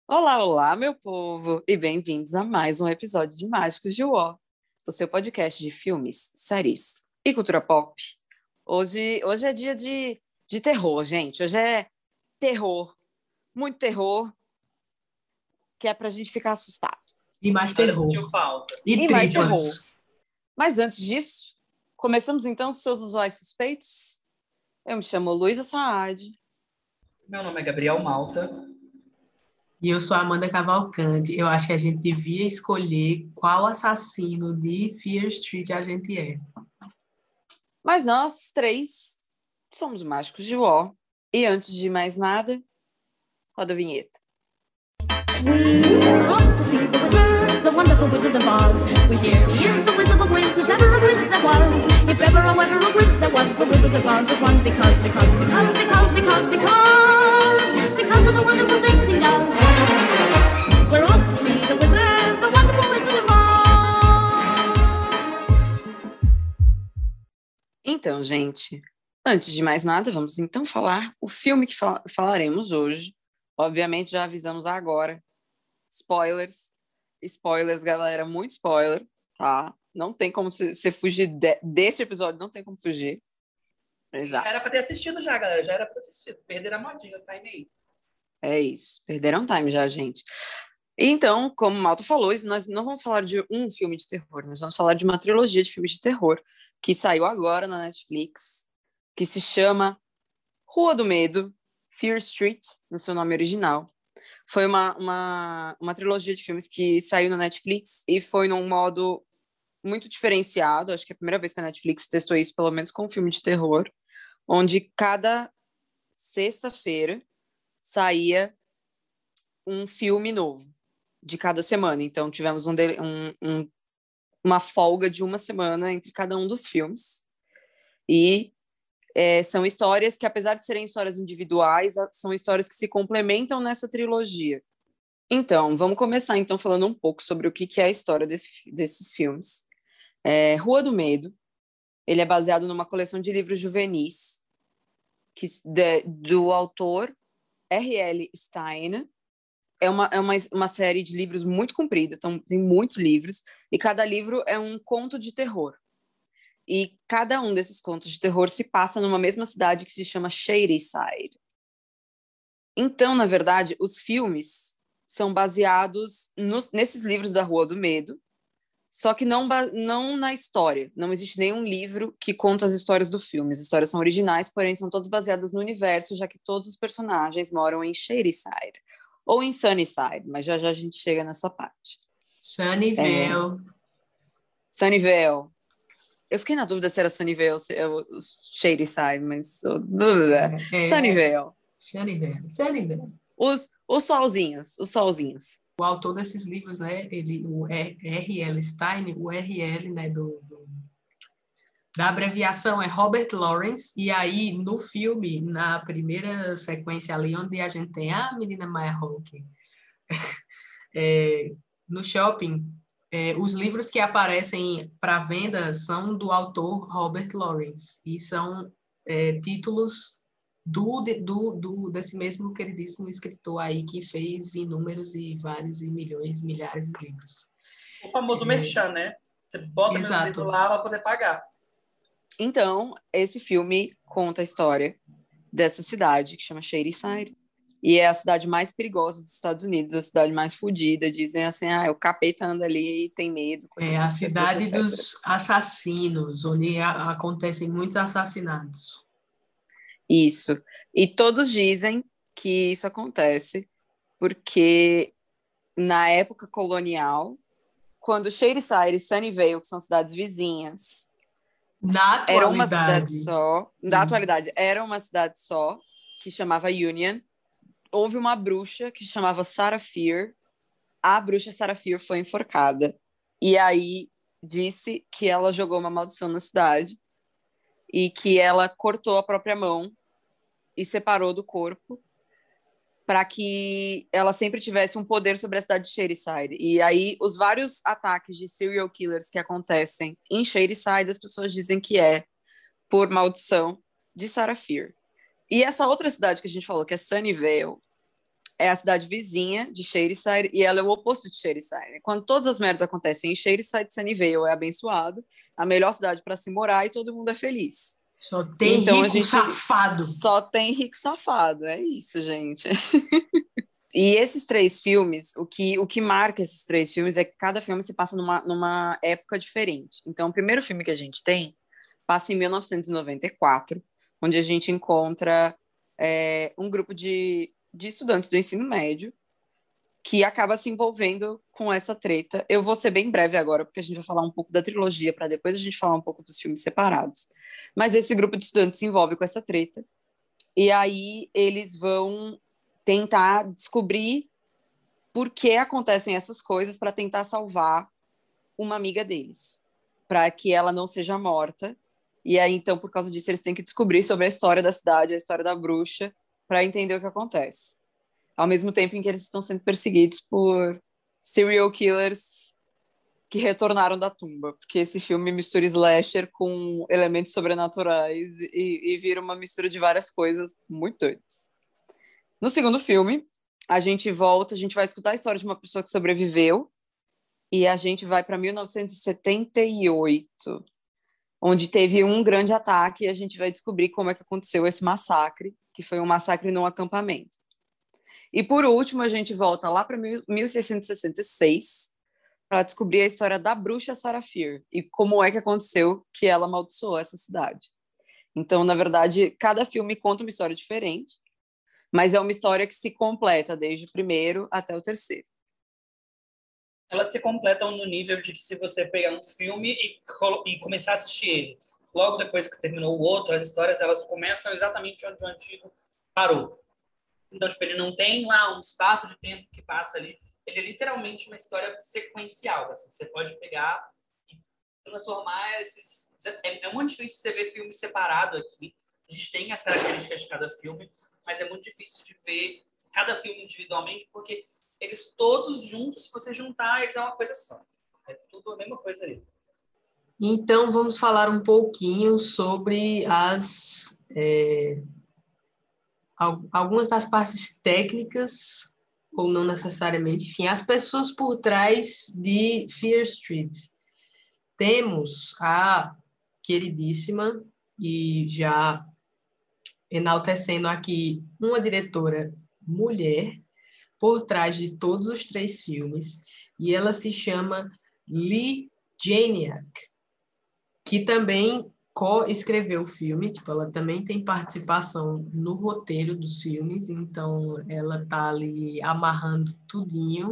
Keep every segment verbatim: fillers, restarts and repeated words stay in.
Olá, olá, meu povo, e bem-vindos a mais um episódio de Mágicos de Uó, o seu podcast de filmes, séries e cultura pop. Hoje, hoje é dia de, de terror, gente. Hoje é terror, muito terror, que é pra gente ficar assustado. E mais Nada terror. sentiu falta. E, E mais tripas. terror. Mas antes disso, começamos então com seus usuais suspeitos. Eu me chamo Luísa Saad. Meu nome é Gabriel Malta. E eu sou a Amanda Cavalcante. Eu acho que a gente devia escolher qual assassino de Fear Street a gente é. Mas nós três somos mágicos de Uó. E antes de mais nada, roda a vinheta. We want to see the wizard, the wonderful Wizard of Oz. We hear he is the Wizard of Wiz, if ever a wizard there was. If ever or ever a wiz there was, the Wizard of Oz is one because, because, because, because, because, because, because of the wonderful things he does. We're off to see the wizard, the wonderful Wizard of Oz. Então, gente, antes de mais nada, vamos então falar o filme que fal- falaremos hoje. Obviamente, já avisamos agora. Spoilers. Spoilers, galera, muito spoiler, tá? Não tem como você fugir de- desse episódio, não tem como fugir. Já Exato. era pra ter assistido já, galera. Já era pra ter assistido. Perderam a modinha, o time aí. É isso. Perderam time já, gente. Então, como o Malta falou, nós não vamos falar de um filme de terror, nós vamos falar de uma trilogia de filmes de terror que saiu agora na Netflix, que se chama Rua do Medo, Fear Street, no seu nome original. Foi uma, uma, uma trilogia de filmes que saiu na Netflix e foi num modo muito diferenciado. Acho que é a primeira vez que a Netflix testou isso, pelo menos com um filme de terror, onde cada sexta-feira saía um filme novo de cada semana. Então, tivemos um, de, um, um, uma folga de uma semana entre cada um dos filmes. E é, são histórias que, apesar de serem histórias individuais, são histórias que se complementam nessa trilogia. Então, vamos começar então falando um pouco sobre o que, que é a história desse, desses filmes. É, Rua do Medo, ele é baseado numa coleção de livros juvenis que, de, do autor R L. Stein. É uma, é uma, uma série de livros muito comprida, então tem muitos livros, e cada livro é um conto de terror. E cada um desses contos de terror se passa numa mesma cidade que se chama Shadyside. Então, na verdade, os filmes são baseados nos, nesses livros da Rua do Medo, só que não, não na história. Não existe nenhum livro que conta as histórias do filme. As histórias são originais, porém são todas baseadas no universo, já que todos os personagens moram em Shadyside. Ou em Sunnyside, mas já já a gente chega nessa parte. Sunnyvale. É. Sunnyvale. Eu fiquei na dúvida se era Sunnyvale ou se é o Shadyside, mas... É, é, Sunnyvale. Sunnyvale. Sunnyvale. Os, os solzinhos, os solzinhos. O autor desses livros, né, ele, o R L. Stein, o R L, né, do, do, da abreviação é Robert Lawrence, e aí no filme, na primeira sequência ali, onde a gente tem a menina Maya Hawke, é, no shopping, é, os livros que aparecem para venda são do autor Robert Lawrence, e são é, títulos do, do, do, desse mesmo queridíssimo escritor aí que fez inúmeros e vários e milhões, milhares de livros. O famoso É, merchan, né? Você bota meus exato. livros lá para poder pagar. Então, esse filme conta a história dessa cidade que chama Shadyside, e é a cidade mais perigosa dos Estados Unidos, a cidade mais fodida. Dizem assim, ah, o capeta anda ali e tem medo. É a etcétera, cidade etcétera. dos assassinos, onde a, acontecem muitos assassinatos. Isso. E todos dizem que isso acontece porque na época colonial, quando Shadyside e Sunnyvale, que são cidades vizinhas, Na era uma atualidade, cidade só, da Isso. atualidade, era uma cidade só, que chamava Union. Houve uma bruxa que chamava Sarah Fear. A bruxa Sarah Fear foi enforcada. E aí disse que ela jogou uma maldição na cidade e que ela cortou a própria mão e separou do corpo para que ela sempre tivesse um poder sobre a cidade de Shadyside. E aí, os vários ataques de serial killers que acontecem em Shadyside, as pessoas dizem que é por maldição de Sarah Fear. E essa outra cidade que a gente falou, que é Sunnyvale, é a cidade vizinha de Shadyside e ela é o oposto de Shadyside. Quando todas as merdas acontecem em Shadyside, Sunnyvale é abençoado, a melhor cidade para se morar e todo mundo é feliz. Só tem então, rico a gente safado. Só tem rico safado, é isso, gente. E esses três filmes, o que, o que marca esses três filmes é que cada filme se passa numa, numa época diferente. Então, o primeiro filme que a gente tem passa em mil novecentos e noventa e quatro, onde a gente encontra é, um grupo de, de estudantes do ensino médio que acaba se envolvendo com essa treta. Eu vou ser bem breve agora, porque a gente vai falar um pouco da trilogia, para depois a gente falar um pouco dos filmes separados. Mas esse grupo de estudantes se envolve com essa treta, e aí eles vão tentar descobrir por que acontecem essas coisas para tentar salvar uma amiga deles, para que ela não seja morta. E aí, então, por causa disso, eles têm que descobrir sobre a história da cidade, a história da bruxa, para entender o que acontece. Ao mesmo tempo em que eles estão sendo perseguidos por serial killers que retornaram da tumba, porque esse filme mistura slasher com elementos sobrenaturais e, e vira uma mistura de várias coisas muito doidas. No segundo filme, a gente volta, a gente vai escutar a história de uma pessoa que sobreviveu e a gente vai para mil novecentos e setenta e oito, onde teve um grande ataque e a gente vai descobrir como é que aconteceu esse massacre, que foi um massacre num acampamento. E, por último, a gente volta lá para mil seiscentos e sessenta e seis para descobrir a história da bruxa Sarafir e como é que aconteceu que ela amaldiçoou essa cidade. Então, na verdade, cada filme conta uma história diferente, mas é uma história que se completa desde o primeiro até o terceiro. Elas se completam no nível de que se você pegar um filme e, e começar a assistir ele, logo depois que terminou o outro, as histórias elas começam exatamente onde o antigo parou. Então, tipo, ele não tem lá um espaço de tempo que passa ali. Ele é literalmente uma história sequencial. Assim. Você pode pegar e transformar esses... É, é muito difícil você ver filme separado aqui. A gente tem as características de cada filme, mas é muito difícil de ver cada filme individualmente, porque eles todos juntos, se você juntar, eles é uma coisa só. É tudo a mesma coisa aí. Então, vamos falar um pouquinho sobre as... É... algumas das partes técnicas, ou não necessariamente, enfim, as pessoas por trás de Fear Street. Temos a queridíssima, e já enaltecendo aqui, uma diretora mulher por trás de todos os três filmes, e ela se chama Leigh Janiak, que também co-escreveu o filme, tipo, ela também tem participação no roteiro dos filmes, então ela tá ali amarrando tudinho.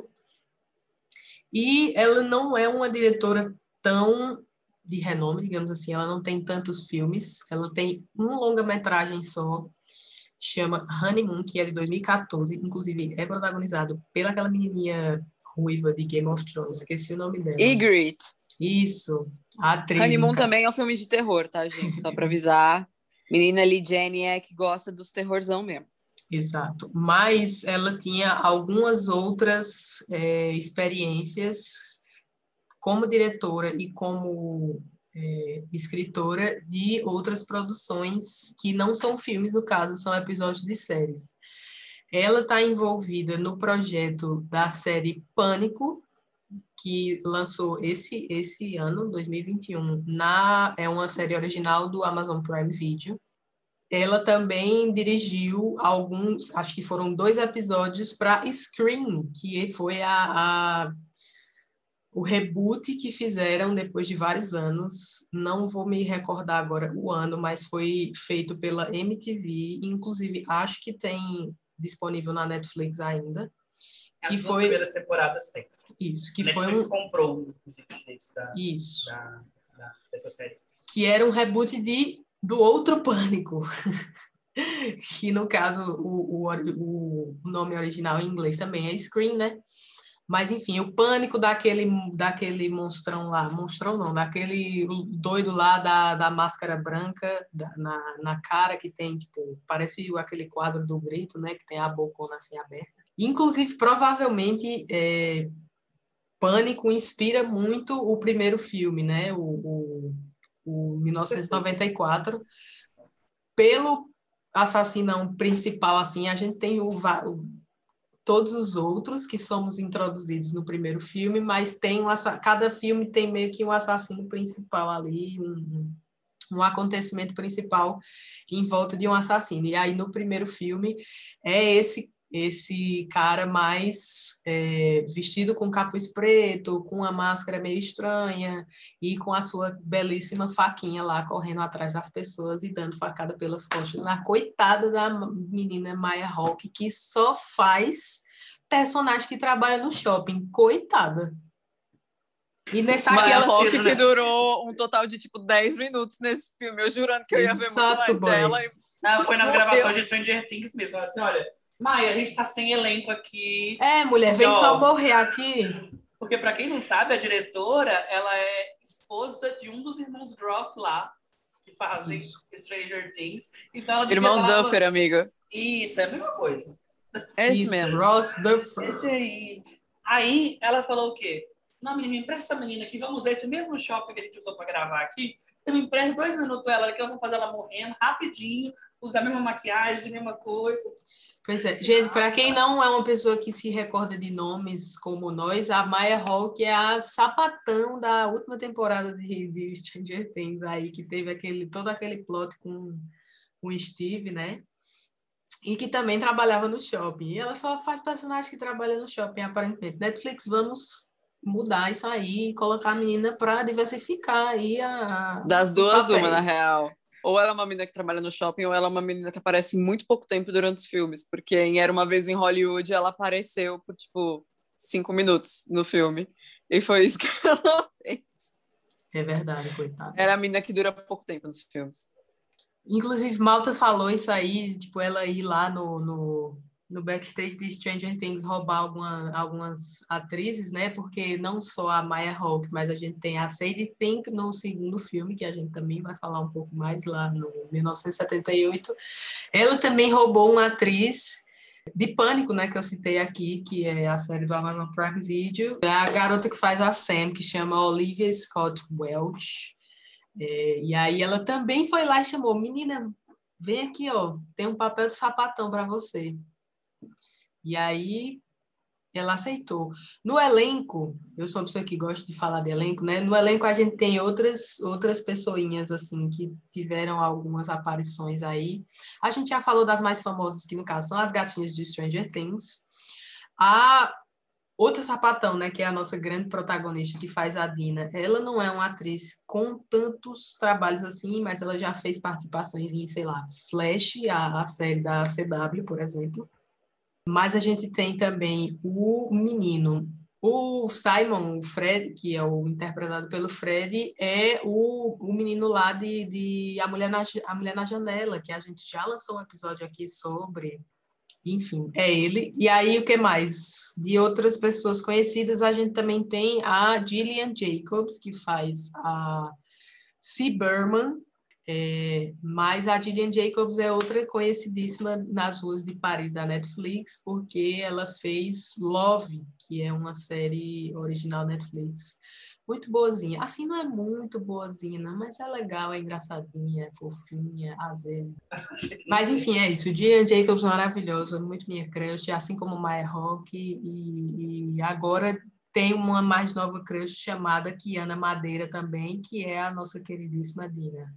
E ela não é uma diretora tão de renome, digamos assim, ela não tem tantos filmes, ela tem um longa-metragem só, chama Honeymoon, que é de dois mil e quatorze, inclusive é protagonizado pela aquela menininha ruiva de Game of Thrones, esqueci o nome dela. Ygritte. Isso, a atriz. Honeymoon também é um filme de terror, tá, gente? Só para avisar. Menina Leigh Janiak gosta dos terrorzão mesmo. Exato. Mas ela tinha algumas outras é, experiências como diretora e como é, escritora de outras produções que não são filmes, no caso, são episódios de séries. Ela está envolvida no projeto da série Pânico, que lançou esse, esse ano, dois mil e vinte e um, na, é uma série original do Amazon Prime Video. Ela também dirigiu alguns, acho que foram dois episódios para Scream, que foi a, a, o reboot que fizeram depois de vários anos. Não vou me recordar agora o ano, mas foi feito pela M T V, inclusive acho que tem disponível na Netflix ainda. As que duas foi... primeiras temporadas tem. Isso, que Netflix foi um... comprou os direitos da, Isso. da, da, dessa série. Que era um reboot de, do outro Pânico. Que, no caso, o, o, o nome original em inglês também é Scream, né? Mas, enfim, o Pânico daquele, daquele monstrão lá, monstrão não, daquele doido lá da, da máscara branca da, na, na cara, que tem, tipo, parece aquele quadro do Grito, né? Que tem a bocona assim aberta. Inclusive, provavelmente, é, Pânico inspira muito o primeiro filme, né? O, o, o mil novecentos e noventa e quatro. Pelo assassinão principal, assim, a gente tem o, o todos os outros que somos introduzidos no primeiro filme, mas tem um, cada filme tem meio que um assassino principal ali, um, um acontecimento principal em volta de um assassino. E aí, no primeiro filme, é esse esse cara mais é, vestido com capuz preto, com uma máscara meio estranha e com a sua belíssima faquinha lá, correndo atrás das pessoas e dando facada pelas costas na coitada da menina Maya Hawke, que só faz personagem que trabalha no shopping. Coitada. E nessa Maya aquela Hawke, cena, que né? durou um total de, tipo, dez minutos nesse filme. Eu jurando que eu ia ver muito Exato, mais boy. dela. E... Ah, foi nas Morreu. gravações de Stranger Things mesmo. Falaram assim, olha, Maia, a gente tá sem elenco aqui. É, mulher, vem Ó, só morrer aqui. Porque, pra quem não sabe, a diretora, ela é esposa de um dos irmãos Groff lá, que fazem Isso. Stranger Things. Então, ela devia Irmãos falar Duffer, assim, amiga. isso, é a mesma coisa. É esse Isso, mesmo. Ross Duffer. Esse aí. Aí, ela falou o quê? Não, menina, me empresta essa menina aqui, vamos usar esse mesmo shopping que a gente usou pra gravar aqui. Então, me empresta dois minutos pra ela, que eu vou fazer ela morrendo rapidinho, usar a mesma maquiagem, a mesma coisa. Pois é. Gente, para quem não é uma pessoa que se recorda de nomes como nós, a Maya Hawke é a sapatão da última temporada de, de Stranger Things aí, que teve aquele, todo aquele plot com, com o Steve, né? E que também trabalhava no shopping. E ela só faz personagem que trabalha no shopping, aparentemente. Netflix, vamos mudar isso aí e colocar a menina para diversificar aí a, Das os duas, papéis. uma, na real. Ou ela é uma menina que trabalha no shopping, ou ela é uma menina que aparece muito pouco tempo durante os filmes. Porque em Era Uma Vez em Hollywood, ela apareceu por, tipo, cinco minutos no filme. E foi isso que ela fez. É verdade, coitada. Era a menina que dura pouco tempo nos filmes. Inclusive, Malta falou isso aí, tipo, ela ir lá no, no, no backstage de Stranger Things roubar alguma, algumas atrizes, né? Porque não só a Maya Hawke, mas a gente tem a Sadie Sink no segundo filme, que a gente também vai falar um pouco mais lá no mil novecentos e setenta e oito. Ela também roubou uma atriz de Pânico, né? Que eu citei aqui, que é a série do Amazon Prime Video. É a garota que faz a Sam, que chama Olivia Scott Welch. É, e aí ela também foi lá e chamou, menina, vem aqui, ó, tem um papel de sapatão para você. E aí ela aceitou. No elenco, eu sou uma pessoa que gosta de falar de elenco, né? No elenco a gente tem outras, outras pessoinhas, assim, que tiveram algumas aparições aí. A gente já falou das mais famosas, que no caso são as gatinhas de Stranger Things. A outra sapatão, né, que é a nossa grande protagonista, que faz a Dina, ela não é uma atriz com tantos trabalhos assim, mas ela já fez participações em, sei lá, Flash, a, a série da C W, por exemplo. Mas a gente tem também o menino, o Simon, o Fred, que é o interpretado pelo Fred, é o, o menino lá de, de a, Mulher na, a Mulher na Janela, que a gente já lançou um episódio aqui sobre... Enfim, é ele. E aí, o que mais? De outras pessoas conhecidas, a gente também tem a Gillian Jacobs, que faz a C. Berman, é, mas a Gillian Jacobs é outra conhecidíssima nas ruas de Paris da Netflix, porque ela fez Love, que é uma série original Netflix. Muito boazinha. Assim, não é muito boazinha, não, mas é legal, é engraçadinha, é fofinha, às vezes. Mas, enfim, é isso. Gillian Jacobs, maravilhosa, muito minha crush, assim como Maya Hawke, e, e agora tem uma mais nova crush chamada Kiana Madeira também, que é a nossa queridíssima Dina.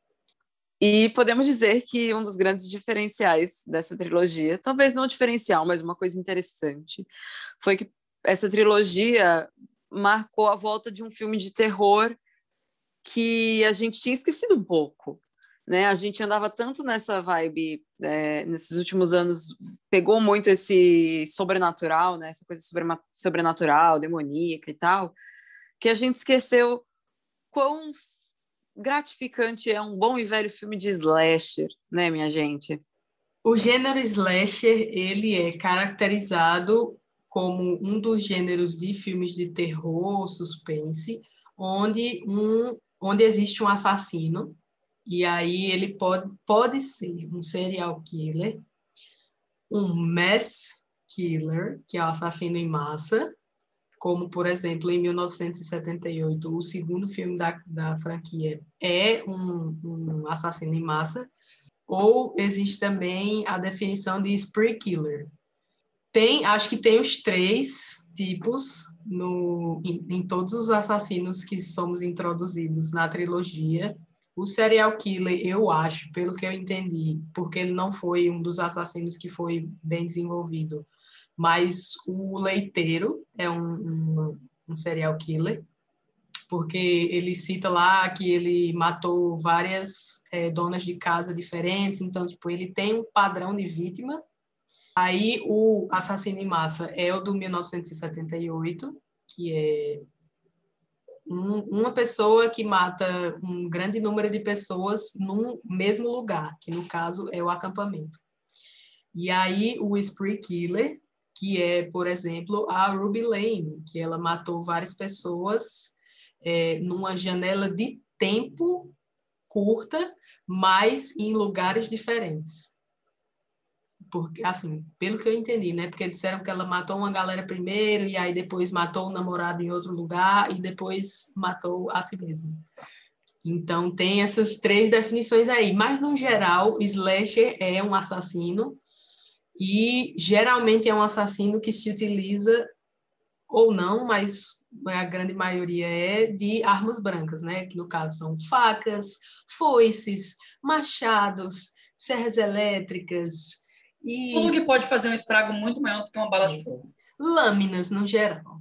E podemos dizer que um dos grandes diferenciais dessa trilogia, talvez não diferencial, mas uma coisa interessante, foi que essa trilogia marcou a volta de um filme de terror que a gente tinha esquecido um pouco, né? A gente andava tanto nessa vibe, é, nesses últimos anos, pegou muito esse sobrenatural, né? Essa coisa sobrenatural, demoníaca e tal, que a gente esqueceu quão gratificante é um bom e velho filme de slasher, né, minha gente? O gênero slasher, ele é caracterizado como um dos gêneros de filmes de terror, suspense, onde, um, onde existe um assassino, e aí ele pode, pode ser um serial killer, um mass killer, que é o assassino em massa, como, por exemplo, em mil novecentos e setenta e oito, o segundo filme da, da franquia é um, um assassino em massa, ou existe também a definição de spree killer. Tem, acho que tem os três tipos no, em, em todos os assassinos que somos introduzidos na trilogia. O serial killer, eu acho, pelo que eu entendi, porque ele não foi um dos assassinos que foi bem desenvolvido, mas o leiteiro é um, um, um serial killer, porque ele cita lá que ele matou várias é, donas de casa diferentes, então, tipo, ele tem um padrão de vítima. Aí o assassino em massa é o do mil novecentos e setenta e oito, que é um, uma pessoa que mata um grande número de pessoas num mesmo lugar, que no caso é o acampamento. E aí o spree killer, que é, por exemplo, a Ruby Lane, que ela matou várias pessoas é, numa janela de tempo curta, mas em lugares diferentes. Porque, assim, pelo que eu entendi, né? Porque disseram que ela matou uma galera primeiro, e aí depois matou o namorado em outro lugar, e depois matou a si mesma. Então, tem essas três definições aí. Mas, no geral, slasher é um assassino, e geralmente é um assassino que se utiliza, ou não, mas a grande maioria é de armas brancas, né? Que, no caso, são facas, foices, machados, serras elétricas... E... tudo que pode fazer um estrago muito maior do que uma bala de fogo. Lâminas, no geral.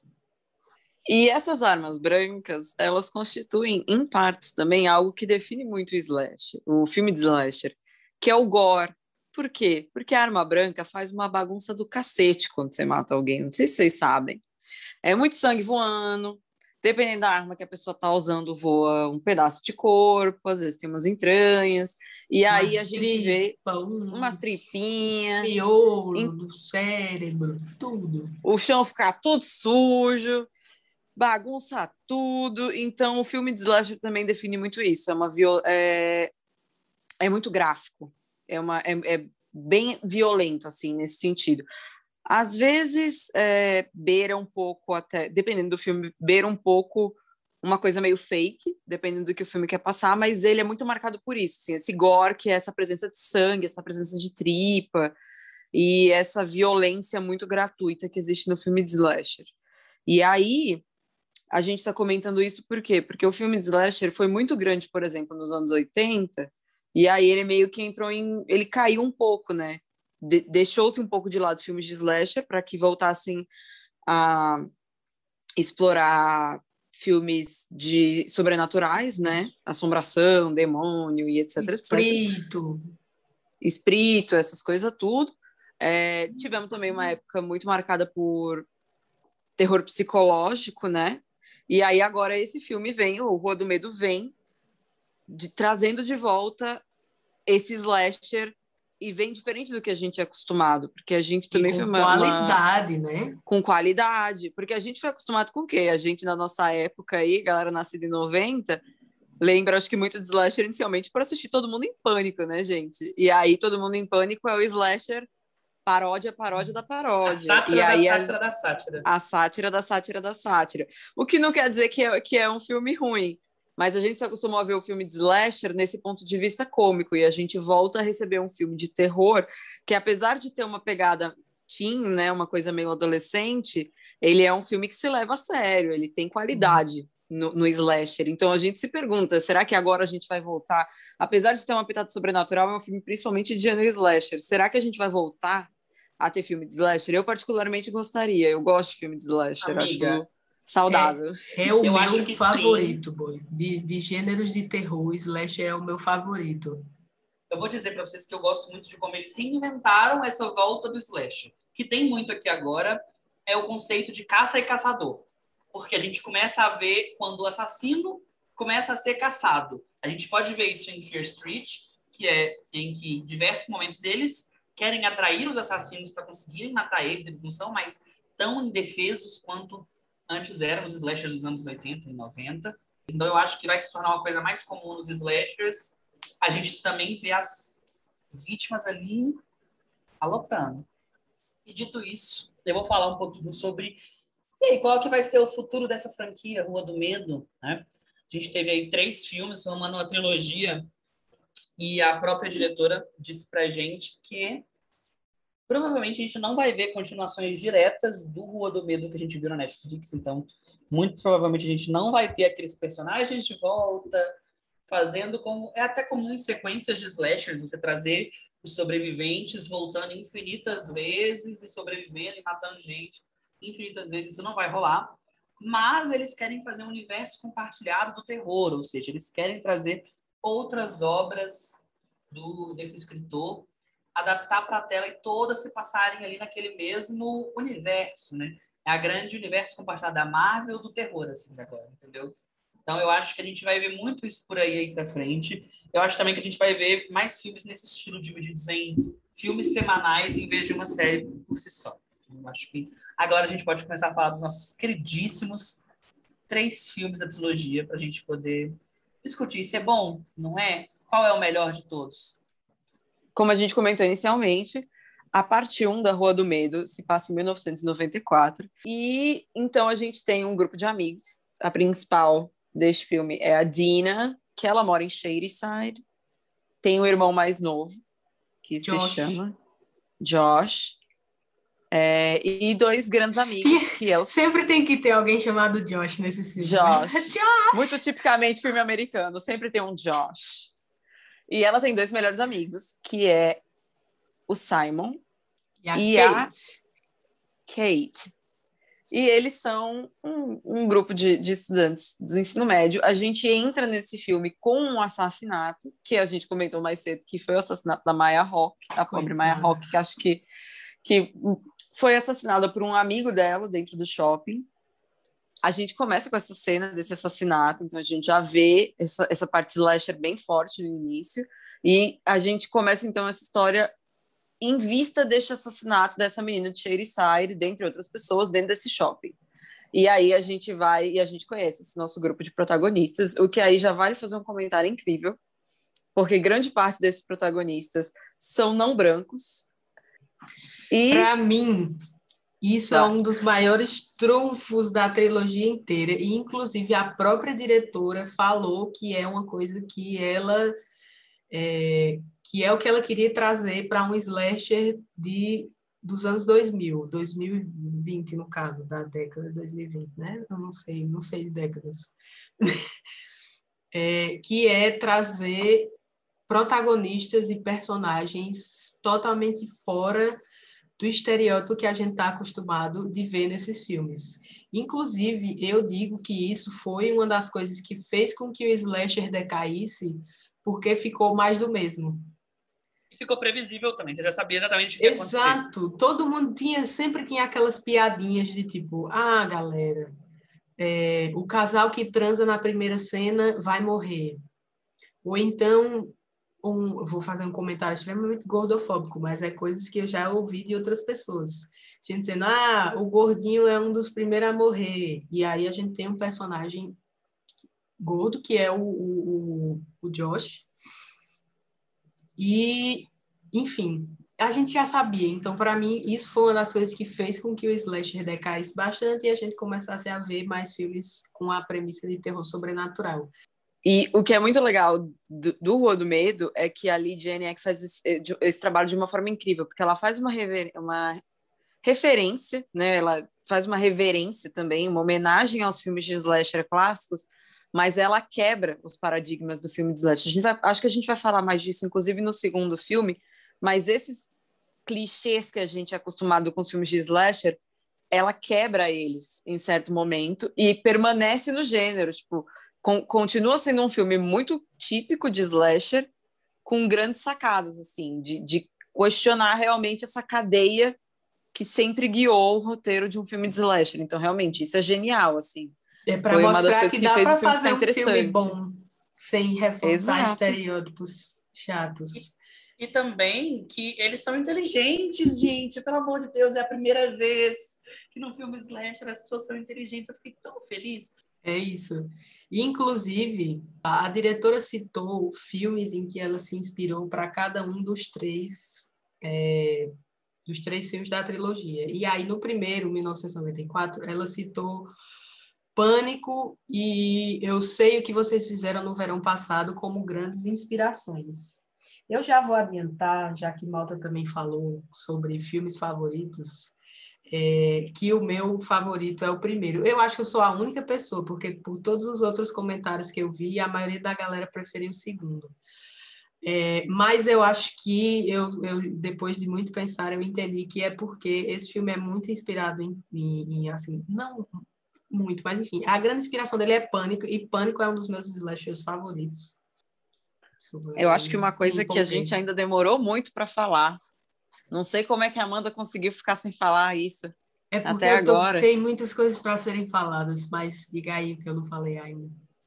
E essas armas brancas, elas constituem, em partes, também algo que define muito o slasher, o filme de slasher, que é o gore. Por quê? Porque a arma branca faz uma bagunça do cacete quando você mata alguém. Não sei se vocês sabem. É muito sangue voando. Dependendo da arma que a pessoa está usando, voa um pedaço de corpo, às vezes tem umas entranhas, e aí a gente vê umas tripinhas, miolo do cérebro, tudo. O chão ficar todo sujo, bagunça tudo. Então, o filme de slasher também define muito isso. É, uma viol... é... é muito gráfico, é, uma... é, é bem violento, assim, nesse sentido. Às vezes, é, beira um pouco, até, dependendo do filme, beira um pouco uma coisa meio fake, dependendo do que o filme quer passar, mas ele é muito marcado por isso, assim, esse gore, que é essa presença de sangue, essa presença de tripa, e essa violência muito gratuita que existe no filme de slasher. E aí, a gente está comentando isso por quê? Porque o filme de slasher foi muito grande, por exemplo, nos anos oitenta, e aí ele meio que entrou em... ele caiu um pouco, né? De, deixou-se um pouco de lado filmes de slasher para que voltassem a explorar filmes de sobrenaturais, né? Assombração, demônio e etc, Espírito. etcétera. Espírito, essas coisas tudo. É, tivemos também uma época muito marcada por terror psicológico, né? E aí agora esse filme vem, o Rua do Medo vem, de, trazendo de volta esse slasher, e vem diferente do que a gente é acostumado, porque a gente também e com foi uma... qualidade, uma... né? Com qualidade, porque a gente foi acostumado com o quê? A gente, na nossa época aí, galera nascida em noventa, lembra, acho que muito de slasher inicialmente por assistir Todo Mundo em Pânico, né, gente? E aí, Todo Mundo em Pânico é o slasher paródia, paródia da paródia. A sátira e da aí, sátira a... da sátira. A sátira da sátira da sátira. O que não quer dizer que é, que é um filme ruim, mas a gente se acostumou a ver o filme de slasher nesse ponto de vista cômico, e a gente volta a receber um filme de terror que, apesar de ter uma pegada teen, né, uma coisa meio adolescente, ele é um filme que se leva a sério, ele tem qualidade no, no slasher. Então a gente se pergunta, será que agora a gente vai voltar, apesar de ter uma pitada sobrenatural, é um filme principalmente de gênero slasher, será que a gente vai voltar a ter filme de slasher? Eu particularmente gostaria, eu gosto de filme de slasher, Amiga, acho saudável. É, é o Eu meu acho que favorito, boy. De, de gêneros de terror, slasher é o meu favorito. Eu vou dizer para vocês que eu gosto muito de como eles reinventaram essa volta do slasher. Que tem muito aqui agora é o conceito de caça e caçador. Porque a gente começa a ver quando o assassino começa a ser caçado. A gente pode ver isso em Fear Street, que é em que, em diversos momentos, eles querem atrair os assassinos para conseguirem matar eles. Eles não são mais tão indefesos quanto antes eram os slashers dos anos oitenta e noventa. Então eu acho que vai se tornar uma coisa mais comum nos slashers. A gente também vê as vítimas ali aloprando. E dito isso, eu vou falar um pouquinho sobre e aí, qual que vai ser o futuro dessa franquia, Rua do Medo, né? A gente teve aí três filmes formando uma trilogia, e a própria diretora disse pra gente que Provavelmente a gente não vai ver continuações diretas do Rua do Medo que a gente viu na Netflix, então muito provavelmente a gente não vai ter aqueles personagens de volta, fazendo como... É até comum em sequências de slashers você trazer os sobreviventes voltando infinitas vezes e sobrevivendo e matando gente infinitas vezes. Isso não vai rolar. Mas eles querem fazer um universo compartilhado do terror, ou seja, eles querem trazer outras obras do, desse escritor, adaptar para a tela e todas se passarem ali naquele mesmo universo, né? É a grande universo compartilhado da Marvel do terror, assim, agora, entendeu? Então, eu acho que a gente vai ver muito isso por aí, aí para frente. Eu acho também que a gente vai ver mais filmes nesse estilo, divididos em filmes semanais em vez de uma série por si só. Eu acho que agora a gente pode começar a falar dos nossos queridíssimos três filmes da trilogia para a gente poder discutir se é bom, não é? Qual é o melhor de todos? Como a gente comentou inicialmente, a parte um da Rua do Medo se passa em mil novecentos e noventa e quatro. E então a gente tem um grupo de amigos. A principal deste filme é a Dina, que ela mora em Shadyside. Tem um irmão mais novo, que Josh. se chama Josh. É, e dois grandes amigos, que é o... Sempre tem que ter alguém chamado Josh nesses filmes. Josh. Né? Josh! Muito tipicamente filme americano, sempre tem um Josh. E ela tem dois melhores amigos, que é o Simon E a e Kate. a Kate. E eles são um, um grupo de, de estudantes do ensino médio. A gente entra nesse filme com um assassinato, que a gente comentou mais cedo, que foi o assassinato da Maya Hawke, a pobre Maya Hawke, que acho que, que foi assassinada por um amigo dela dentro do shopping. A gente começa com essa cena desse assassinato, então a gente já vê essa, essa parte slasher bem forte no início, e a gente começa então essa história em vista deste assassinato dessa menina de Shadyside, dentre outras pessoas, dentro desse shopping. E aí a gente vai e a gente conhece esse nosso grupo de protagonistas, o que aí já vale fazer um comentário incrível, porque grande parte desses protagonistas são não brancos. E Para mim, isso tá. é um dos maiores trunfos da trilogia inteira, e inclusive a própria diretora falou que é uma coisa que ela... É, que é o que ela queria trazer para um slasher de, dos anos dois mil, dois mil e vinte, no caso, da década de dois mil e vinte, né? Eu não sei, não sei de décadas. É, que é trazer protagonistas e personagens totalmente fora do estereótipo que a gente está acostumado de ver nesses filmes. Inclusive, eu digo que isso foi uma das coisas que fez com que o slasher decaísse, porque ficou mais do mesmo. E ficou previsível também, você já sabia exatamente o que ia acontecer. Exato, todo mundo tinha, sempre tinha aquelas piadinhas de tipo, ah, galera, é, o casal que transa na primeira cena vai morrer. Ou então, um, vou fazer um comentário extremamente gordofóbico, mas é coisas que eu já ouvi de outras pessoas. A gente dizendo, ah, o gordinho é um dos primeiros a morrer. E aí a gente tem um personagem gordo, que é o, o, o Josh. E, enfim, a gente já sabia. Então, para mim, isso foi uma das coisas que fez com que o slasher decaísse bastante e a gente começasse a ver mais filmes com a premissa de terror sobrenatural. E o que é muito legal do, do Rua do Medo é que a Lee Janiak faz esse, esse trabalho de uma forma incrível, porque ela faz uma, rever, uma referência, né? Ela faz uma reverência também, uma homenagem aos filmes de slasher clássicos, mas ela quebra os paradigmas do filme de slasher. A gente vai, acho que a gente vai falar mais disso, inclusive, no segundo filme, mas esses clichês que a gente é acostumado com os filmes de slasher, ela quebra eles em certo momento e permanece no gênero, tipo, com, continua sendo um filme muito típico de slasher, com grandes sacadas, assim, de, de questionar realmente essa cadeia que sempre guiou o roteiro de um filme de slasher. Então, realmente, isso é genial, assim. É para mostrar que, que dá para fazer um filme bom, sem reforçar Exato. estereótipos chatos. E, e também que eles são inteligentes, gente. Pelo amor de Deus, é a primeira vez que no filme slasher as pessoas são inteligentes. Eu fiquei tão feliz. É isso. E, inclusive, a diretora citou filmes em que ela se inspirou para cada um dos três, é, dos três filmes da trilogia. E aí, no primeiro, mil novecentos e noventa e quatro, ela citou Pânico e Eu Sei o que Vocês Fizeram no Verão Passado como grandes inspirações. Eu já vou adiantar, já que Malta também falou sobre filmes favoritos, é, que o meu favorito é o primeiro. Eu acho que eu sou a única pessoa, porque por todos os outros comentários que eu vi, a maioria da galera preferiu o segundo. É, mas eu acho que, eu, eu, depois de muito pensar, eu entendi que é porque esse filme é muito inspirado em, em, em assim, não muito, mas enfim, a grande inspiração dele é Pânico, e Pânico é um dos meus slashers favoritos. Eu acho que uma coisa Sim, que a gente ainda demorou muito para falar, não sei como é que a Amanda conseguiu ficar sem falar isso é porque até eu tô, agora. tem muitas coisas para serem faladas, mas diga aí o que eu não falei ainda.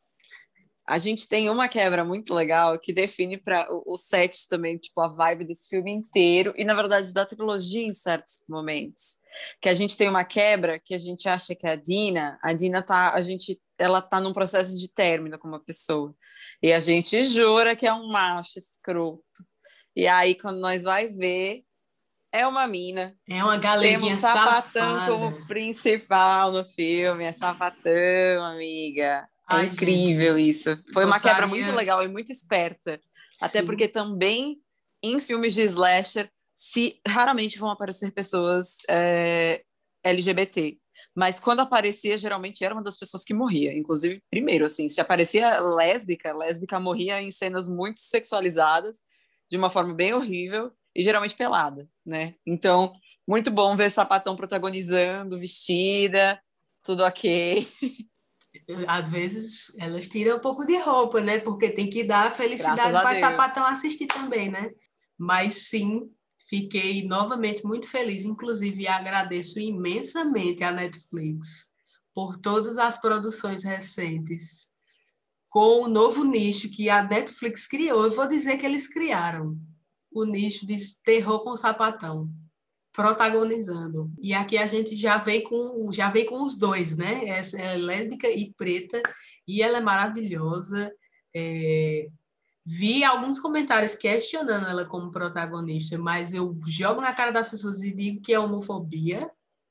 A gente tem uma quebra muito legal que define para o set também, tipo, a vibe desse filme inteiro e, na verdade, da trilogia em certos momentos. Que a gente tem uma quebra que a gente acha que é a Dina, a Dina tá, a gente, ela tá num processo de término com uma pessoa. E a gente jura que é um macho escroto. E aí, quando nós vai ver, é uma mina. É uma Temos galeguinha Sapatão safada. como principal no filme, é Sapatão, amiga. É Ai, incrível gente, isso. Foi uma quebra muito gostaria... legal e muito esperta. Até Sim. porque também em filmes de slasher se raramente vão aparecer pessoas é, L G B T. Mas quando aparecia, geralmente era uma das pessoas que morria. Inclusive, primeiro, assim, se aparecia lésbica, lésbica morria em cenas muito sexualizadas, de uma forma bem horrível e geralmente pelada, né? Então, muito bom ver Sapatão protagonizando, vestida, tudo ok. Às vezes elas tiram um pouco de roupa, né? Porque tem que dar felicidade para Sapatão assistir também, né? Mas sim, fiquei novamente muito feliz. Inclusive, agradeço imensamente a Netflix por todas as produções recentes com o novo nicho que a Netflix criou. Eu vou dizer que eles criaram o nicho de terror com Sapatão protagonizando. E aqui a gente já vem com, já vem com os dois, né? Essa é lésbica e preta, e ela é maravilhosa. É... Vi alguns comentários questionando ela como protagonista, mas eu jogo na cara das pessoas e digo que é homofobia.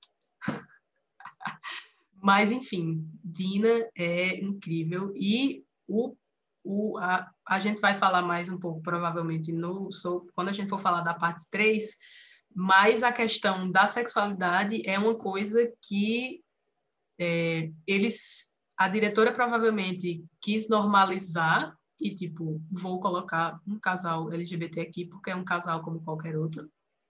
Mas, enfim, Dina é incrível. E o, o, a, a gente vai falar mais um pouco, provavelmente, no, so, quando a gente for falar da parte três, mas a questão da sexualidade é uma coisa que é, eles, a diretora provavelmente quis normalizar e, tipo, vou colocar um casal L G B T aqui porque é um casal como qualquer outro.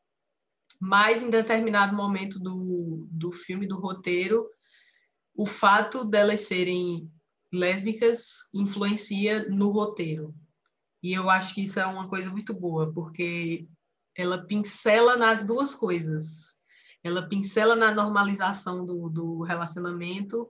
Mas, em determinado momento do, do filme, do roteiro, o fato delas serem lésbicas influencia no roteiro. E eu acho que isso é uma coisa muito boa, porque ela pincela nas duas coisas. Ela pincela na normalização do, do relacionamento,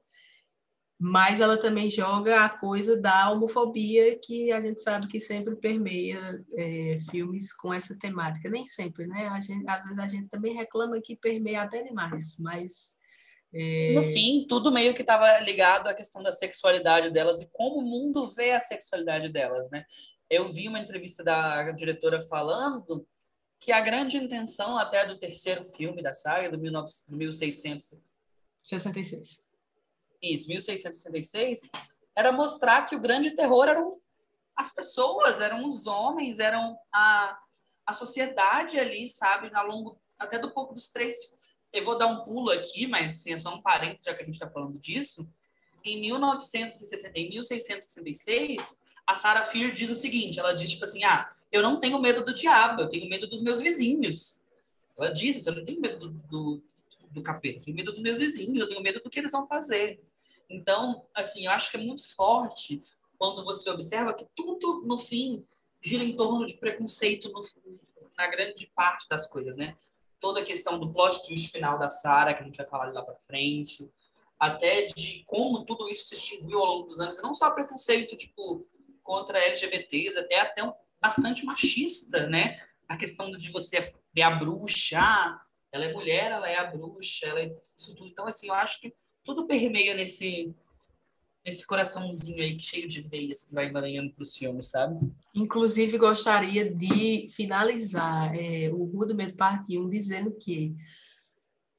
mas ela também joga a coisa da homofobia, que a gente sabe que sempre permeia é, filmes com essa temática. Nem sempre, né? A gente, às vezes a gente também reclama que permeia até demais, mas... É... No fim, tudo meio que estava ligado à questão da sexualidade delas e como o mundo vê a sexualidade delas, né? Eu vi uma entrevista da diretora falando que a grande intenção até do terceiro filme da saga, do mil seiscentos e sessenta e seis. Isso, mil seiscentos e sessenta e seis, era mostrar que o grande terror eram as pessoas, eram os homens, eram a, a sociedade ali, sabe? Ao longo até do pouco dos três. Eu vou dar um pulo aqui, mas assim, é só um parênteses, já que a gente está falando disso. Em mil novecentos e sessenta, em mil seiscentos e sessenta e seis, a Sarah Fier diz o seguinte, ela diz, tipo assim, ah, eu não tenho medo do diabo, eu tenho medo dos meus vizinhos. Ela diz isso, eu não tenho medo do, do, do capeta, eu tenho medo dos meus vizinhos, eu tenho medo do que eles vão fazer. Então, assim, eu acho que é muito forte quando você observa que tudo, no fim, gira em torno de preconceito no, na grande parte das coisas, né? Toda a questão do plot twist final da Sarah, que a gente vai falar lá para frente, até de como tudo isso se extinguiu ao longo dos anos, e não só preconceito, tipo, contra L G B Ts, até, até um, bastante machista, né? A questão de você ver a bruxa, ah, ela é mulher, ela é a bruxa, ela é isso tudo. Então, assim, eu acho que tudo permeia nesse, nesse coraçãozinho aí, cheio de veias, que vai emaranhando para os filmes, sabe? Inclusive, gostaria de finalizar é, o Rudimento Parte um dizendo que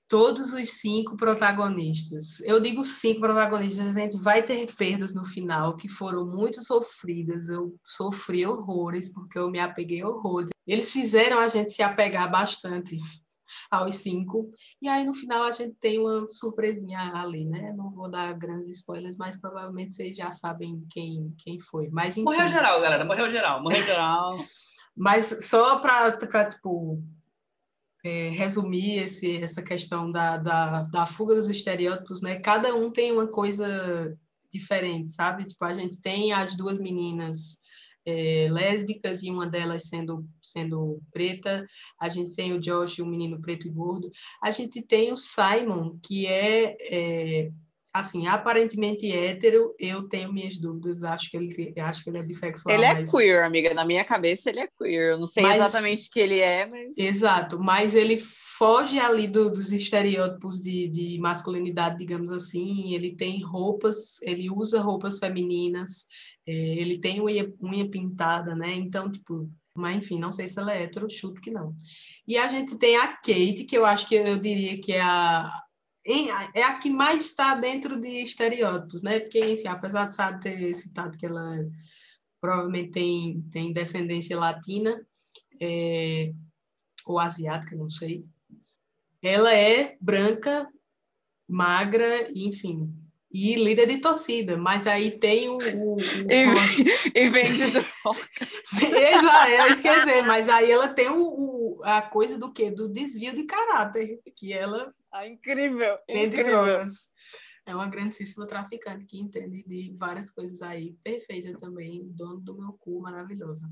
todos os cinco protagonistas. Eu digo cinco protagonistas, a gente vai ter perdas no final que foram muito sofridas. Eu sofri horrores, porque eu me apeguei horrores. Eles fizeram a gente se apegar bastante aos cinco. E aí, no final, a gente tem uma surpresinha ali, né? Não vou dar grandes spoilers, mas provavelmente vocês já sabem quem, quem foi. Mas, enfim. Morreu geral, galera. Morreu geral. Morreu geral. Mas só para, tipo... É, resumir esse, essa questão da, da, da fuga dos estereótipos, né? Cada um tem uma coisa diferente, sabe? Tipo, a gente tem as duas meninas é, lésbicas e uma delas sendo, sendo preta, a gente tem o Josh, um menino preto e gordo, a gente tem o Simon, que é, é assim, aparentemente hétero. Eu tenho minhas dúvidas, acho que ele, acho que ele é bissexual. Ele é mas... queer, amiga, na minha cabeça ele é queer, eu não sei mas... exatamente o que ele é, mas... Exato, mas ele foge ali do, dos estereótipos de, de masculinidade, digamos assim. Ele tem roupas, ele usa roupas femininas, é, ele tem unha, unha pintada, né? Então, tipo, mas enfim, não sei se ela é hétero, chuto que não. E a gente tem a Kate, que eu acho que eu diria que é a, é a que mais está dentro de estereótipos, né? Porque, enfim, apesar de Sara ter citado que ela provavelmente tem, tem descendência latina, é, ou asiática, não sei. Ela é branca, magra, enfim, e líder de torcida, mas aí tem o... o, o... E, e vende droga. Exato, é isso que eu ia dizer, mas aí ela tem o, o, a coisa do quê? Do desvio de caráter, que ela... Ah, incrível, vende incrível. drogas. É uma grandíssima traficante que entende de várias coisas aí. Perfeita também, dono do meu cu, maravilhosa.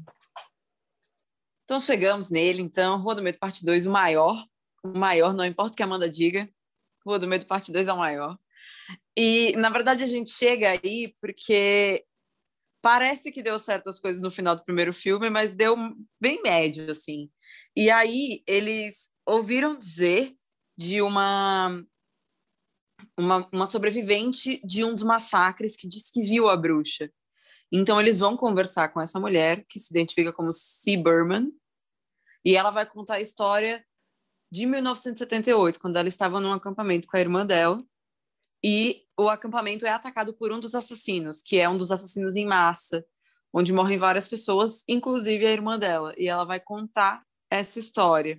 Então chegamos nele, então, Rua do Medo parte dois, o maior, o maior, não importa o que a Amanda diga, Rua do Medo parte dois é o maior. E, na verdade, a gente chega aí porque parece que deu certas coisas no final do primeiro filme, mas deu bem médio, assim. E aí eles ouviram dizer de uma, uma, uma sobrevivente de um dos massacres que disse que viu a bruxa. Então eles vão conversar com essa mulher, que se identifica como C. Berman, e ela vai contar a história de mil novecentos e setenta e oito, quando ela estava num acampamento com a irmã dela, e o acampamento é atacado por um dos assassinos, que é um dos assassinos em massa, onde morrem várias pessoas, inclusive a irmã dela, e ela vai contar essa história.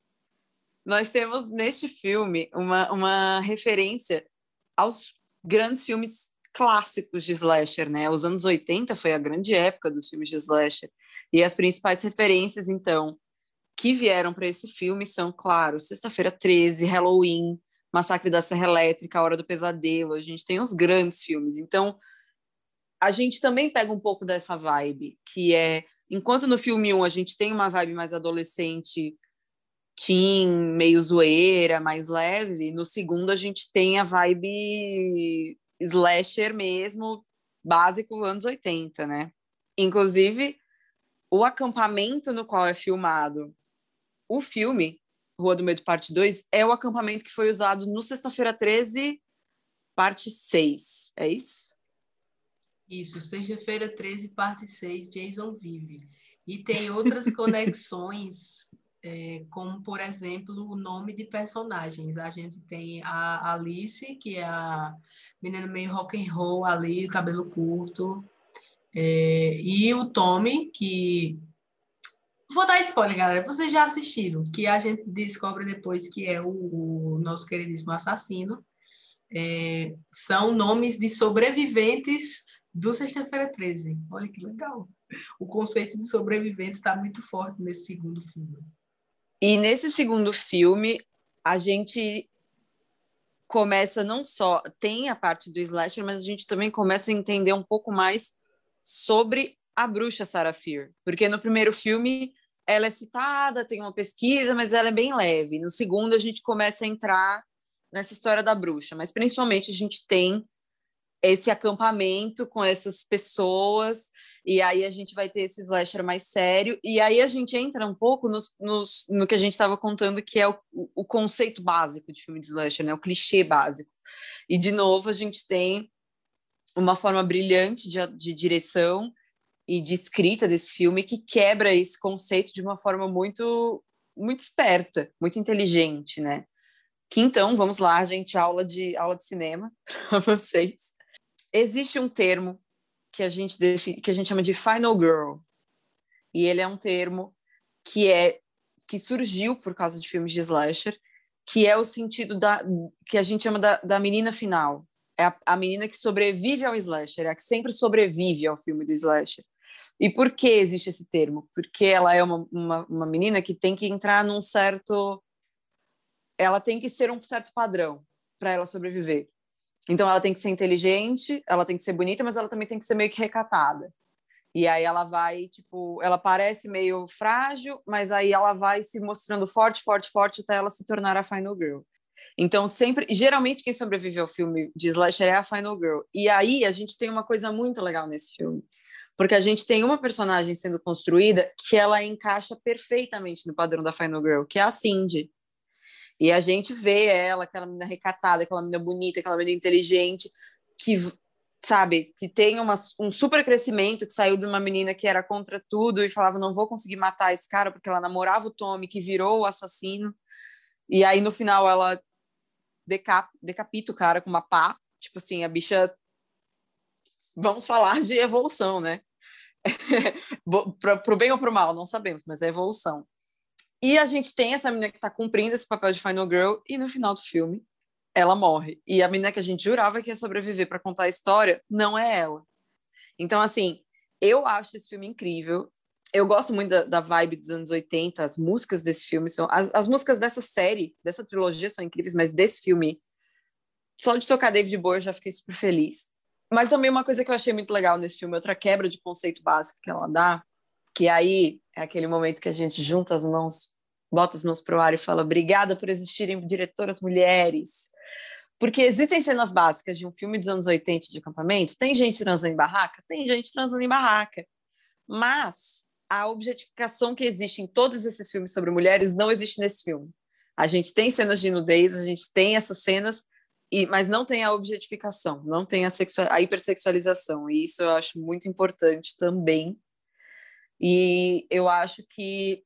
Nós temos neste filme uma, uma referência aos grandes filmes clássicos de slasher, né? Os anos oitenta foi a grande época dos filmes de slasher, e as principais referências, então, que vieram para esse filme são, claro, Sexta-feira treze, Halloween, Massacre da Serra Elétrica, A Hora do Pesadelo. A gente tem os grandes filmes. Então, a gente também pega um pouco dessa vibe, que é, enquanto no filme um a gente tem uma vibe mais adolescente, teen, meio zoeira, mais leve, no segundo a gente tem a vibe slasher mesmo, básico, anos oitenta, né? Inclusive, o acampamento no qual é filmado o filme, Rua do Medo, parte dois, é o acampamento que foi usado no Sexta-feira treze, parte seis. É isso? Isso, Sexta-feira treze, parte seis, Jason vive. E tem outras conexões, é, como, por exemplo, o nome de personagens. A gente tem a Alice, que é a menina meio rock and roll ali, cabelo curto. É, e o Tommy, que... Vou dar spoiler, galera. Vocês já assistiram, que a gente descobre depois que é o, o nosso queridíssimo assassino. É, são nomes de sobreviventes do Sexta-feira treze. Olha que legal. O conceito de sobreviventes está muito forte nesse segundo filme. E nesse segundo filme, a gente começa não só... Tem a parte do slasher, mas a gente também começa a entender um pouco mais sobre a bruxa Sarah Fier. Porque no primeiro filme ela é citada, tem uma pesquisa, mas ela é bem leve. No segundo a gente começa a entrar nessa história da bruxa, mas principalmente a gente tem esse acampamento com essas pessoas, e aí a gente vai ter esse slasher mais sério, e aí a gente entra um pouco nos, nos, no que a gente estava contando, que é o, o conceito básico de filme de slasher, né? O clichê básico. E, de novo, a gente tem uma forma brilhante de, de direção e de escrita desse filme que quebra esse conceito de uma forma muito, muito esperta, muito inteligente, né? Que então, vamos lá, gente, aula de, aula de cinema para vocês. Existe um termo que a gente define, que a gente chama de final girl. E ele é um termo que é que surgiu por causa de filmes de slasher, que é o sentido da que a gente chama da, da menina final. É a, a menina que sobrevive ao slasher, é a que sempre sobrevive ao filme do slasher. E por que existe esse termo? Porque ela é uma, uma, uma menina que tem que entrar num certo... Ela tem que ser um certo padrão para ela sobreviver. Então, ela tem que ser inteligente, ela tem que ser bonita, mas ela também tem que ser meio que recatada. E aí ela vai, tipo... Ela parece meio frágil, mas aí ela vai se mostrando forte, forte, forte, até ela se tornar a final girl. Então, sempre... Geralmente, quem sobrevive ao filme de slasher é a final girl. E aí, a gente tem uma coisa muito legal nesse filme. Porque a gente tem uma personagem sendo construída que ela encaixa perfeitamente no padrão da final girl, que é a Cindy. E a gente vê ela, aquela menina recatada, aquela menina bonita, aquela menina inteligente, que, sabe, que tem uma, um super crescimento, que saiu de uma menina que era contra tudo e falava, não vou conseguir matar esse cara, porque ela namorava o Tommy, que virou o assassino. E aí, no final, ela decap, decapita o cara com uma pá. Tipo assim, a bicha... Vamos falar de evolução, né? Pro bem ou pro mal, não sabemos, mas é evolução. E a gente tem essa menina que está cumprindo esse papel de final girl e no final do filme ela morre. E a menina que a gente jurava que ia sobreviver para contar a história não é ela. Então, assim, eu acho esse filme incrível. Eu gosto muito da, da vibe dos anos oitenta. As músicas desse filme são... As, as músicas dessa série, dessa trilogia são incríveis, mas desse filme, só de tocar David Bowie eu já fiquei super feliz. Mas também uma coisa que eu achei muito legal nesse filme, outra quebra de conceito básico que ela dá, que aí é aquele momento que a gente junta as mãos, bota as mãos pro ar e fala obrigada por existirem diretoras mulheres. Porque existem cenas básicas de um filme dos anos oitenta de acampamento, tem gente transando em barraca? Tem gente transando em barraca. Mas a objetificação que existe em todos esses filmes sobre mulheres não existe nesse filme. A gente tem cenas de nudez, a gente tem essas cenas, e, mas não tem a objetificação, não tem a, sexual, a hipersexualização. E isso eu acho muito importante também. E eu acho que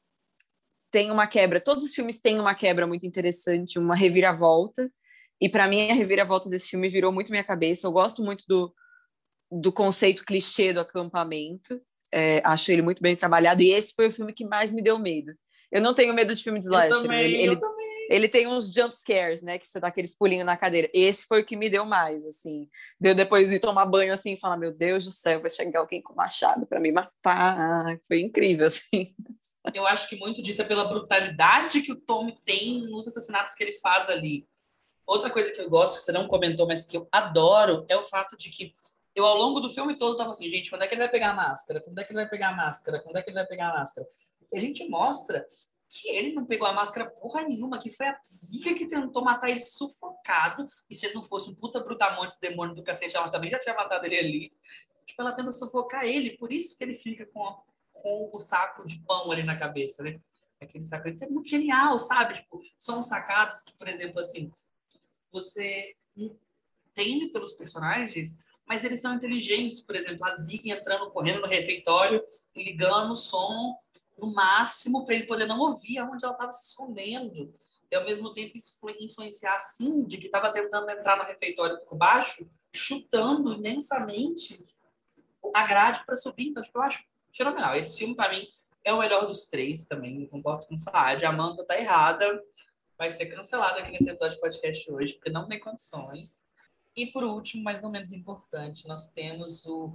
tem uma quebra. Todos os filmes têm uma quebra muito interessante, uma reviravolta. E para mim a reviravolta desse filme virou muito minha cabeça. Eu gosto muito do, do conceito clichê do acampamento. É, acho ele muito bem trabalhado. E esse foi o filme que mais me deu medo. Eu não tenho medo de filme de slasher. Eu também, ele, eu ele, também. Ele tem uns jump scares, né? Que você dá aqueles pulinhos na cadeira. Esse foi o que me deu mais, assim. Deu depois de tomar banho, assim, e falar, meu Deus do céu, vai chegar alguém com machado para me matar. Foi incrível, assim. Eu acho que muito disso é pela brutalidade que o Tommy tem nos assassinatos que ele faz ali. Outra coisa que eu gosto, que você não comentou, mas que eu adoro, é o fato de que eu, ao longo do filme todo, tava assim, gente, quando é que ele vai pegar a máscara? Quando é que ele vai pegar a máscara? Quando é que ele vai pegar a máscara? E a gente mostra que ele não pegou a máscara porra nenhuma, que foi a Zika que tentou matar ele sufocado, e se ele não fosse um puta brutamontes, demônio do cacete, ela também já tinha matado ele ali. Tipo, ela tenta sufocar ele, por isso que ele fica com, a, com o saco de pão ali na cabeça, né? Aquele saco, ele é muito genial, sabe? Tipo, são sacadas que, por exemplo, assim, você entende pelos personagens, mas eles são inteligentes. Por exemplo, a Zig entrando, correndo no refeitório, ligando o som no máximo para ele poder não ouvir aonde ela estava se escondendo. E, ao mesmo tempo, isso foi influenciar a Cindy, que estava tentando entrar no refeitório por baixo, chutando imensamente a grade para subir. Então, tipo, eu acho fenomenal. Esse filme, para mim, é o melhor dos três também. Eu concordo com o Saad. A Amanda tá errada. Vai ser cancelada aqui nesse episódio de podcast hoje, porque não tem condições. E, por último, mais ou menos importante, nós temos o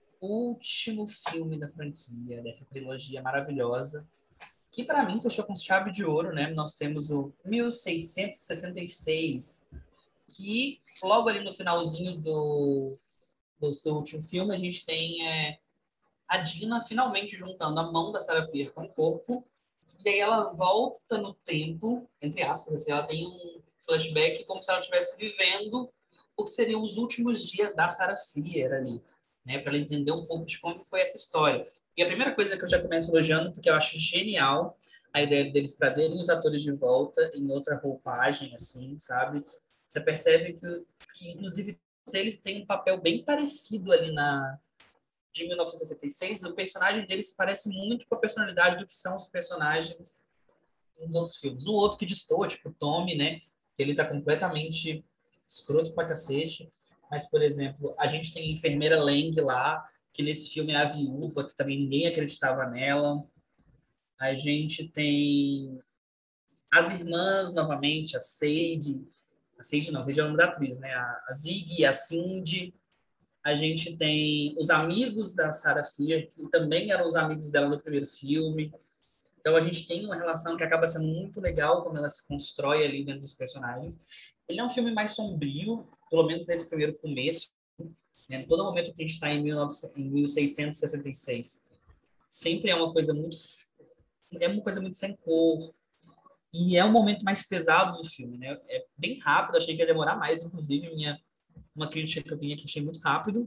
último filme da franquia, dessa trilogia maravilhosa, que, para mim, fechou com chave de ouro, né? Nós temos o mil seiscentos e sessenta e seis, que, logo ali no finalzinho do, do, do último filme, a gente tem é, a Dina finalmente juntando a mão da Sarah Fier com o corpo. E aí ela volta no tempo, entre aspas, assim, ela tem um flashback como se ela estivesse vivendo o que seriam os últimos dias da Sarah Fier ali, né? Para ela entender um pouco de como foi essa história. E a primeira coisa que eu já começo elogiando, porque eu acho genial a ideia deles trazerem os atores de volta em outra roupagem, assim, sabe? Você percebe que, que inclusive, eles têm um papel bem parecido ali na... de mil novecentos e sessenta e seis, o personagem deles se parece muito com a personalidade do que são os personagens nos outros filmes. O outro que destoa, tipo o Tommy, né? ele tá completamente escroto pra cacete. Mas, por exemplo, a gente tem a enfermeira Lang lá, que nesse filme é a viúva, que também ninguém acreditava nela. A gente tem as irmãs, novamente, a Sadie. A Sadie não, a Sadie é o nome da atriz, né? A, a Ziggy, a Cindy. A gente tem os amigos da Sarah Fier, que também eram os amigos dela no primeiro filme. Então, a gente tem uma relação que acaba sendo muito legal, como ela se constrói ali dentro dos personagens. Ele é um filme mais sombrio, pelo menos nesse primeiro começo. Né? Em todo momento que a gente está em, em mil seiscentos e sessenta e seis, sempre é uma coisa muito... É uma coisa muito sem cor. E é um momento mais pesado do filme, né? É bem rápido, achei que ia demorar mais, inclusive, minha, uma crítica que eu tenho aqui, achei muito rápido.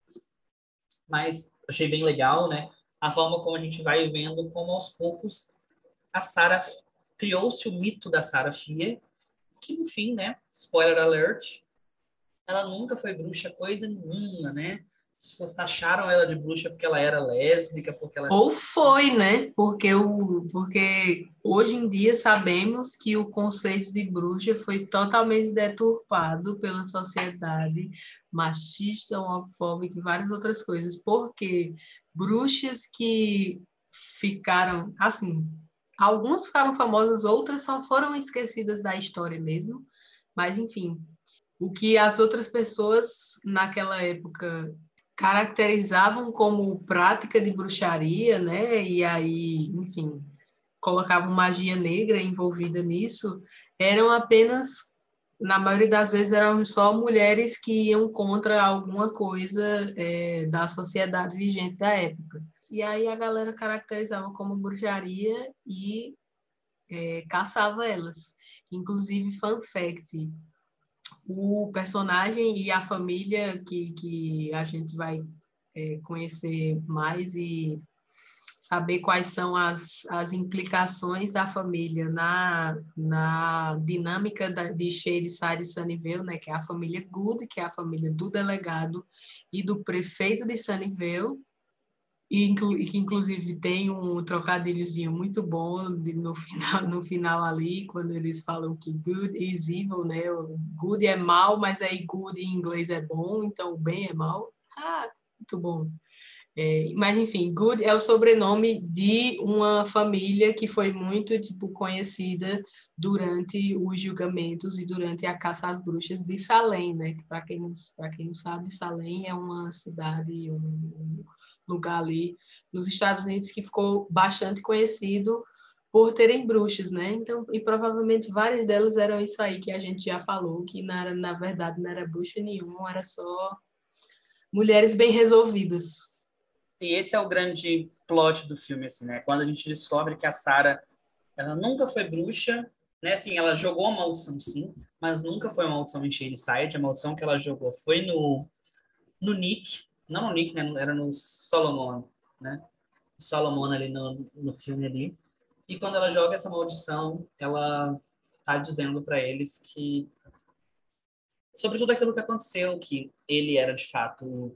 Mas achei bem legal, né? A forma como a gente vai vendo como, aos poucos, a Sarah... Criou-se o mito da Sarah Fier, que, no fim, né? Spoiler alert, ela nunca foi bruxa coisa nenhuma, né? As pessoas taxaram ela de bruxa porque ela era lésbica, porque ela... Ou foi, né? Porque, o, porque hoje em dia sabemos que o conceito de bruxa foi totalmente deturpado pela sociedade machista, homofóbica e várias outras coisas. Porque bruxas que ficaram, assim, algumas ficaram famosas, outras só foram esquecidas da história mesmo. Mas, enfim, o que as outras pessoas naquela época caracterizavam como prática de bruxaria, né? E aí, enfim, colocavam magia negra envolvida nisso, eram apenas, na maioria das vezes, eram só mulheres que iam contra alguma coisa é, da sociedade vigente da época. E aí a galera caracterizava como bruxaria e é, caçava elas. Inclusive, fun fact, o personagem e a família que, que a gente vai é, conhecer mais e saber quais são as, as implicações da família na, na dinâmica da, de Shadyside e Sunnyvale, né, que é a família Good, que é a família do delegado e do prefeito de Sunnyvale, e inclu, que inclusive tem um trocadilhozinho muito bom de, no, final, no final ali, quando eles falam que good is evil, né? O good é mal, mas aí good em inglês é bom, então o bem é mal. Ah, muito bom. É, mas, enfim, Good é o sobrenome de uma família que foi muito, tipo, conhecida durante os julgamentos e durante a caça às bruxas de Salem, né? Para quem não, para quem não sabe, Salem é uma cidade, um, um lugar ali nos Estados Unidos que ficou bastante conhecido por terem bruxas, né? Então, e provavelmente várias delas eram isso aí que a gente já falou, que na, na verdade não era bruxa nenhuma, era só mulheres bem resolvidas. E esse é o grande plot do filme, assim, né? Quando a gente descobre que a Sarah, ela nunca foi bruxa, né? Assim, ela jogou a maldição, sim, mas nunca foi uma maldição em Shadyside. A maldição que ela jogou foi no, no Nick, não no Nick, né? Era no Solomon, né? O Solomon ali no, no filme ali. E quando ela joga essa maldição, ela tá dizendo para eles que sobre tudo aquilo que aconteceu, que ele era de fato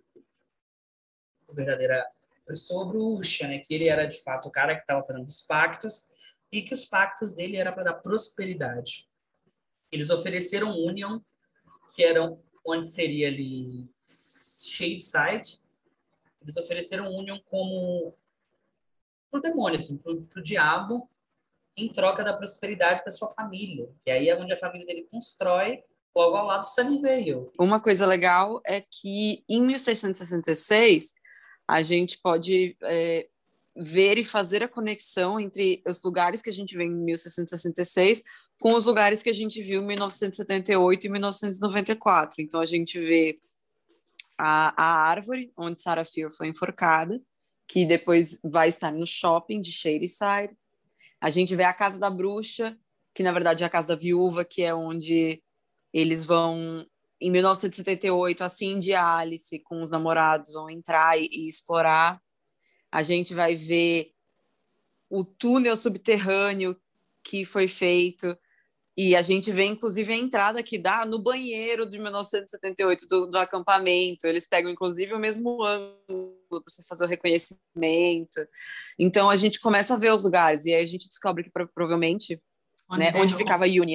a verdadeira pessoa bruxa, né? Que ele era de fato o cara que estava fazendo os pactos e que os pactos dele era para dar prosperidade. Eles ofereceram Union, que era onde seria ali Shadyside. Eles ofereceram Union como pro demônio, assim, pro, pro diabo, em troca da prosperidade da sua família. E aí é onde a família dele constrói logo ao lado do Sunnyvale. Uma coisa legal é que em mil seiscentos e sessenta e seis a gente pode é, ver e fazer a conexão entre os lugares que a gente vê em mil seiscentos e sessenta e seis com os lugares que a gente viu em mil novecentos e setenta e oito e mil novecentos e noventa e quatro. Então, a gente vê a, a árvore onde Sarah Fier foi enforcada, que depois vai estar no shopping de Shadyside. A gente vê a Casa da Bruxa, que na verdade é a Casa da Viúva, que é onde eles vão... Em mil novecentos e setenta e oito, a Cindy e a Alice, com os namorados, vão entrar e, e explorar. A gente vai ver o túnel subterrâneo que foi feito. E a gente vê, inclusive, a entrada que dá no banheiro de mil novecentos e setenta e oito do, do acampamento. Eles pegam, inclusive, o mesmo ângulo para você fazer o reconhecimento. Então, a gente começa a ver os lugares. E aí a gente descobre que, provavelmente, Onde, né, onde ficava a Union,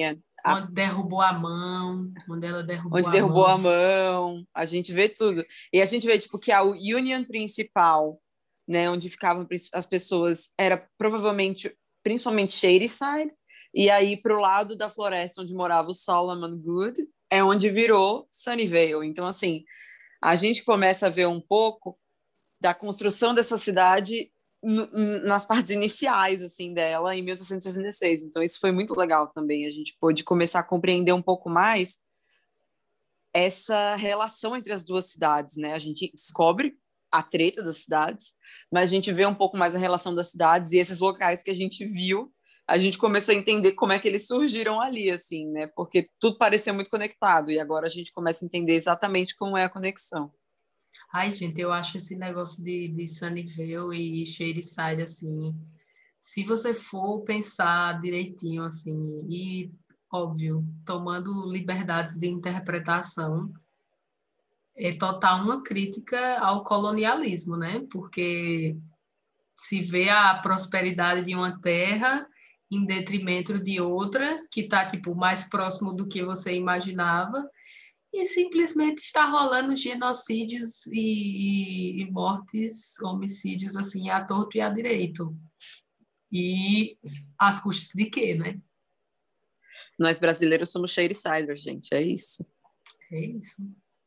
A- Onde derrubou a mão, onde ela derrubou onde a derrubou mão. a mão, a gente vê tudo. E a gente vê, tipo, que a Union principal, né, onde ficavam as pessoas, era provavelmente, principalmente Shadyside, e aí pro lado da floresta onde morava o Solomon Good, é onde virou Sunnyvale. Então, assim, a gente começa a ver um pouco da construção dessa cidade no, nas partes iniciais, assim, dela, em mil seiscentos e sessenta e seis. Então, isso foi muito legal também. A gente pôde começar a compreender um pouco mais essa relação entre as duas cidades, né? A gente descobre a treta das cidades, mas a gente vê um pouco mais a relação das cidades e esses locais que a gente viu, a gente começou a entender como é que eles surgiram ali, assim, né? Porque tudo parecia muito conectado e agora a gente começa a entender exatamente como é a conexão. Ai, gente, eu acho esse negócio de, de Sunnyvale e Shadyside, assim, se você for pensar direitinho, assim, e, óbvio, tomando liberdades de interpretação, é total uma crítica ao colonialismo, né? Porque se vê a prosperidade de uma terra em detrimento de outra, que está, tipo, mais próximo do que você imaginava, e simplesmente está rolando genocídios e, e, e mortes, homicídios, assim, à torto e à direito. E às custas de quê, né? Nós brasileiros somos Shadysiders, gente, é isso. É isso.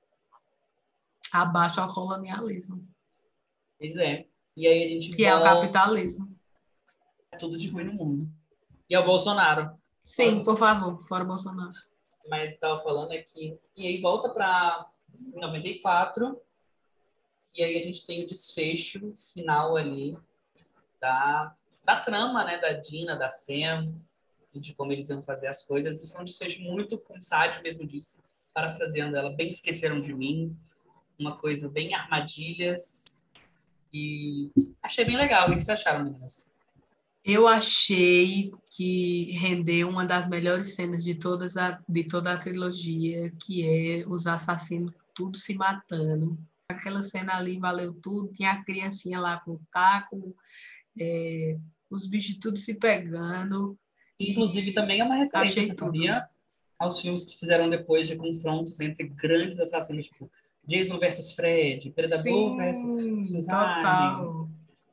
Abaixo ao colonialismo. Pois é. E aí a gente Que é o volta capitalismo. tudo de ruim no mundo. E é o Bolsonaro. Sim, por favor, fora Bolsonaro. Mas estava falando aqui. E aí volta para noventa e quatro. E aí a gente tem o desfecho final ali da, da trama, né? Da Dina, da Sam, e de como eles iam fazer as coisas. E foi um desfecho muito, como Sádio mesmo disse, parafraseando ela, bem esqueceram de mim. Uma coisa bem armadilhas. E achei bem legal. O que vocês acharam, meninas? Eu achei que rendeu uma das melhores cenas de, todas a, de toda a trilogia, que é os assassinos tudo se matando. Aquela cena ali valeu tudo. Tinha a criancinha lá com o taco, é, os bichos tudo se pegando. Inclusive, também é uma referência, Achei você tudo. sabia? Aos filmes que fizeram depois de confrontos entre grandes assassinos, tipo Jason versus Fred, Predador versus Sim, Suicide. total.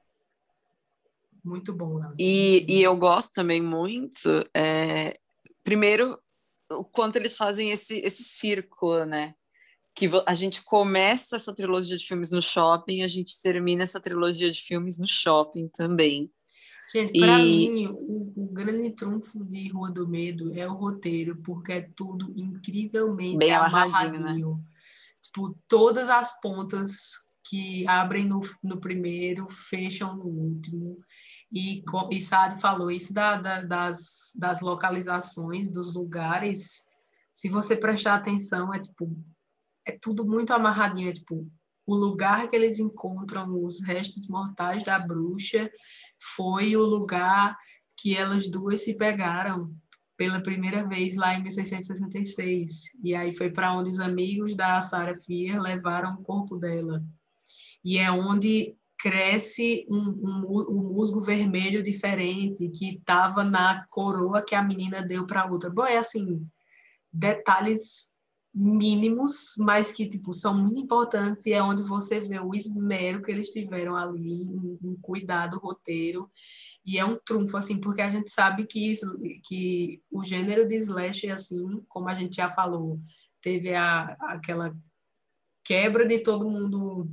Muito bom, né? E, e eu gosto também muito, é, primeiro, o quanto eles fazem esse, esse círculo, né? Que a gente começa essa trilogia de filmes no shopping, a gente termina essa trilogia de filmes no shopping também. Gente, para E mim, o, o grande trunfo de Rua do Medo é o roteiro, porque é tudo incrivelmente bem amarradinho, né? amarradinho. Tipo, todas as pontas que abrem no, no primeiro, fecham no último. E, e Sade falou isso da, da, das, das localizações, dos lugares. Se você prestar atenção, é tipo, é tudo muito amarradinho. É tipo, o lugar que eles encontram os restos mortais da bruxa foi o lugar que elas duas se pegaram pela primeira vez lá em mil seiscentos e sessenta e seis. E aí foi para onde os amigos da Sarah Fier levaram o corpo dela. E é onde cresce um, um, um musgo vermelho diferente que estava na coroa que a menina deu para outra. Bom, é assim, detalhes mínimos, mas que tipo, são muito importantes e é onde você vê o esmero que eles tiveram ali, um, um cuidado, roteiro. E é um trunfo, assim, porque a gente sabe que, que o gênero de slasher, assim, como a gente já falou, teve a, aquela quebra de todo mundo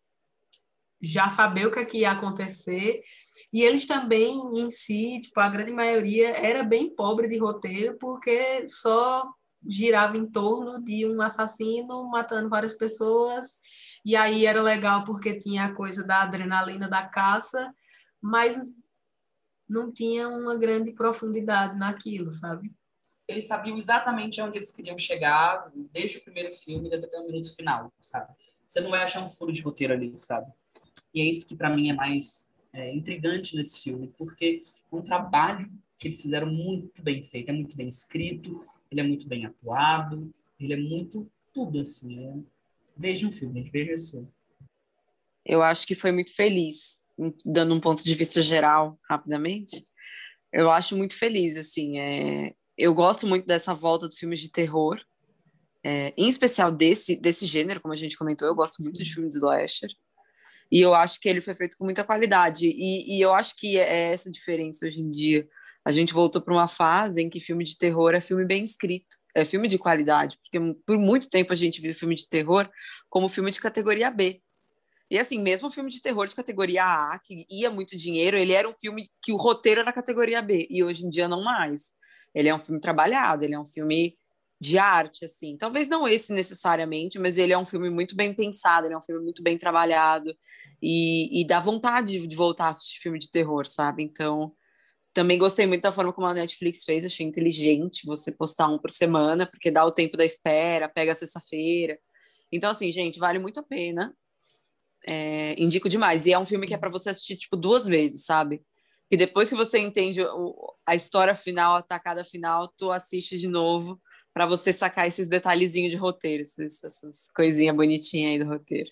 já saber o que, é que ia acontecer. E eles também, em si, tipo, a grande maioria era bem pobre de roteiro, porque só girava em torno de um assassino matando várias pessoas. E aí era legal porque tinha a coisa da adrenalina da caça, mas não tinha uma grande profundidade naquilo, sabe? Eles sabiam exatamente onde eles queriam chegar, desde o primeiro filme até o minuto final, sabe? Você não vai achar um furo de roteiro ali, sabe? E é isso que, para mim, é mais é, intrigante nesse filme, porque é um trabalho que eles fizeram muito bem feito, é muito bem escrito, ele é muito bem atuado, ele é muito tudo, assim. É... Vejam o filme, gente, vejam esse filme. Eu acho que foi muito feliz, dando um ponto de vista geral, rapidamente. Eu acho muito feliz, assim, é... eu gosto muito dessa volta dos filmes de terror, é, em especial desse, desse gênero, como a gente comentou, eu gosto muito de filmes de slasher, e eu acho que ele foi feito com muita qualidade, e, e eu acho que é essa diferença hoje em dia. A gente voltou para uma fase em que filme de terror é filme bem escrito, é filme de qualidade, porque por muito tempo a gente viu filme de terror como filme de categoria B. E assim, mesmo o filme de terror de categoria A, que ia muito dinheiro, ele era um filme que o roteiro era categoria B, e hoje em dia não mais. Ele é um filme trabalhado, ele é um filme de arte, assim. Talvez não esse necessariamente, mas ele é um filme muito bem pensado, ele é um filme muito bem trabalhado, e, e dá vontade de voltar a assistir filme de terror, sabe? Então, também gostei muito da forma como a Netflix fez, achei inteligente você postar um por semana, porque dá o tempo da espera, pega a sexta-feira. Então, assim, gente, vale muito a pena. É, indico demais. E é um filme que é para você assistir, tipo, duas vezes, sabe? Que depois que você entende o, a história final, a tacada final, tu assiste de novo para você sacar esses detalhezinhos de roteiro, esses, essas coisinhas bonitinhas aí do roteiro.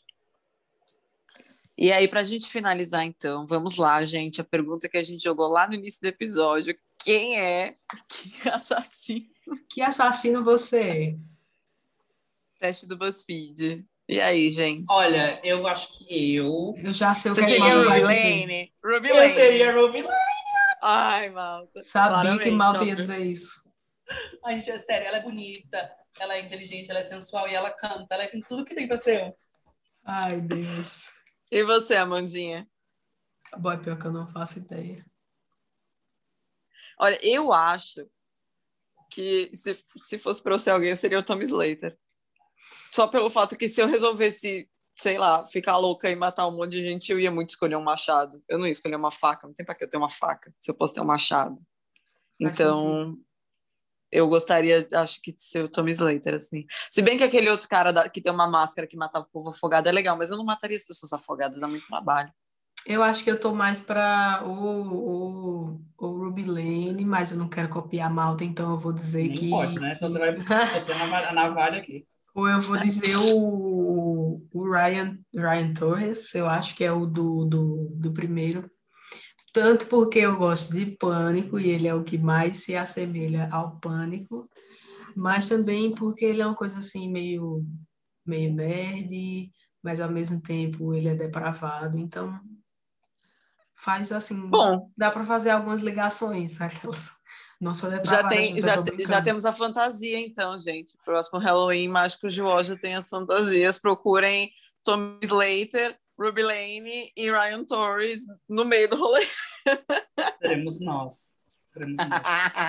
E aí, pra gente finalizar, então, vamos lá, gente. A pergunta que a gente jogou lá no início do episódio: quem é que assassino? Que assassino você é? Teste do BuzzFeed. E aí, gente? Olha, eu acho que eu... Eu já sei o Você que seria Malta vai Ruby dizer. Lane? Ruby Eu Lane. seria Ruby Lane. Ai, Malta. Sabia Claramente, que Malta ia óbvio. dizer isso. A gente é sério, ela é bonita, ela é inteligente, ela é sensual e ela canta. Ela tem tudo que tem pra ser um. Ai, Deus. E você, Amandinha? Boy, pior que eu não faço ideia. Olha, eu acho que se, se fosse pra eu ser alguém, eu seria o Tom Slater. Só pelo fato que se eu resolvesse, sei lá, ficar louca e matar um monte de gente, eu ia muito escolher um machado. Eu não ia escolher uma faca, não tem pra que eu ter uma faca, se eu posso ter um machado. Faz Então, sentido. eu gostaria, acho que, de ser o Tom Slater, assim. Se bem que aquele outro cara da, que tem uma máscara que matava o povo afogado é legal, mas eu não mataria as pessoas afogadas, dá muito trabalho. Eu acho que eu tô mais pra o, o, o Ruby Lane, mas eu não quero copiar a Malta, então eu vou dizer Nem que... pode, né? Senão você vai sofrer a navalha, a navalha aqui. Ou eu vou dizer o, o Ryan, Ryan Torres, eu acho que é o do, do, do primeiro. Tanto porque eu gosto de Pânico e ele é o que mais se assemelha ao Pânico, mas também porque ele é uma coisa assim meio, meio nerd, mas ao mesmo tempo ele é depravado, então faz assim, Bom, dá para fazer algumas ligações, aquelas. Não sou já, depravada, tem, gente, eu já, tô te- já brincando. temos a fantasia, então, gente. Próximo Halloween, Mágico de Oz já tem as fantasias. Procurem Tom Slater, Ruby Lane e Ryan Torres no meio do rolê. Seremos nós. Seremos nós.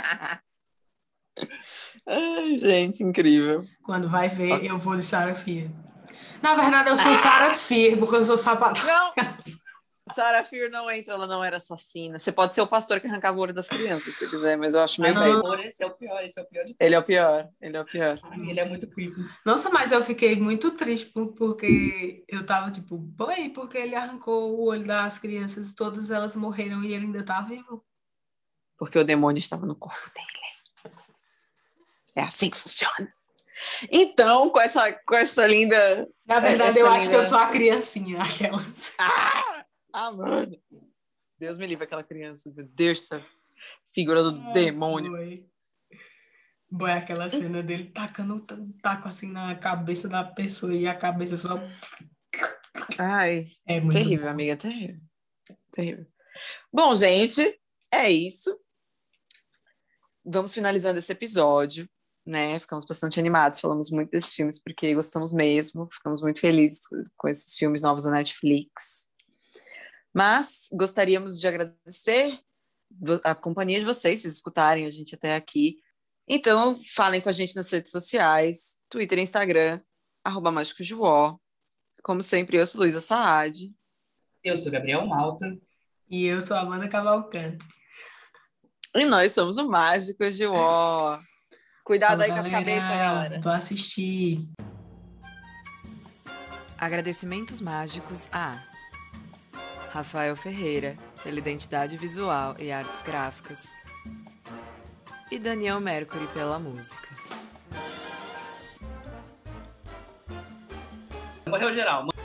Ai, gente, incrível. Quando vai ver, eu vou de Sarah Fear. Na verdade, eu sou Sarah Fear, porque eu sou sapatão. Não, Sarah Fear não entra, ela não era assassina. Você pode ser o pastor que arrancava o olho das crianças, se quiser, mas eu acho meio Ai, bem. terror, esse é o pior, esse é o pior de todos. Ele é o pior, ele é o pior. Ai, ele é muito creepy. Nossa, mas eu fiquei muito triste por- porque eu tava tipo, boy, porque ele arrancou o olho das crianças, todas elas morreram e ele ainda tá vivo. Porque o demônio estava no corpo dele. É assim que funciona. Então, com essa, com essa linda... Na verdade, essa eu acho linda... que eu sou a criancinha, aquelas. Ah, ah, mano. Deus me livre aquela criança. Meu Deus, essa figura do demônio. Boy. Boy, aquela cena dele tacando um taco assim na cabeça da pessoa e a cabeça só... Ai, É muito terrível, bom. amiga, terrível. Terrível. Bom, gente, é isso. Vamos finalizando esse episódio, né? Ficamos bastante animados, falamos muito desses filmes porque gostamos mesmo, ficamos muito felizes com esses filmes novos da Netflix. Mas gostaríamos de agradecer a companhia de vocês, se escutarem a gente até aqui. Então, falem com a gente nas redes sociais, Twitter e Instagram, arroba Mágico de Uó. Como sempre, eu sou Luísa Saad. Eu sou Gabriel Malta. E eu sou a Amanda Cavalcante. E nós somos o Mágico de Uó. Cuidado aí com as cabeças, galera. Vou assistir. Agradecimentos mágicos a Rafael Ferreira, pela identidade visual e artes gráficas, e Daniel Mercury pela música. Morreu geral.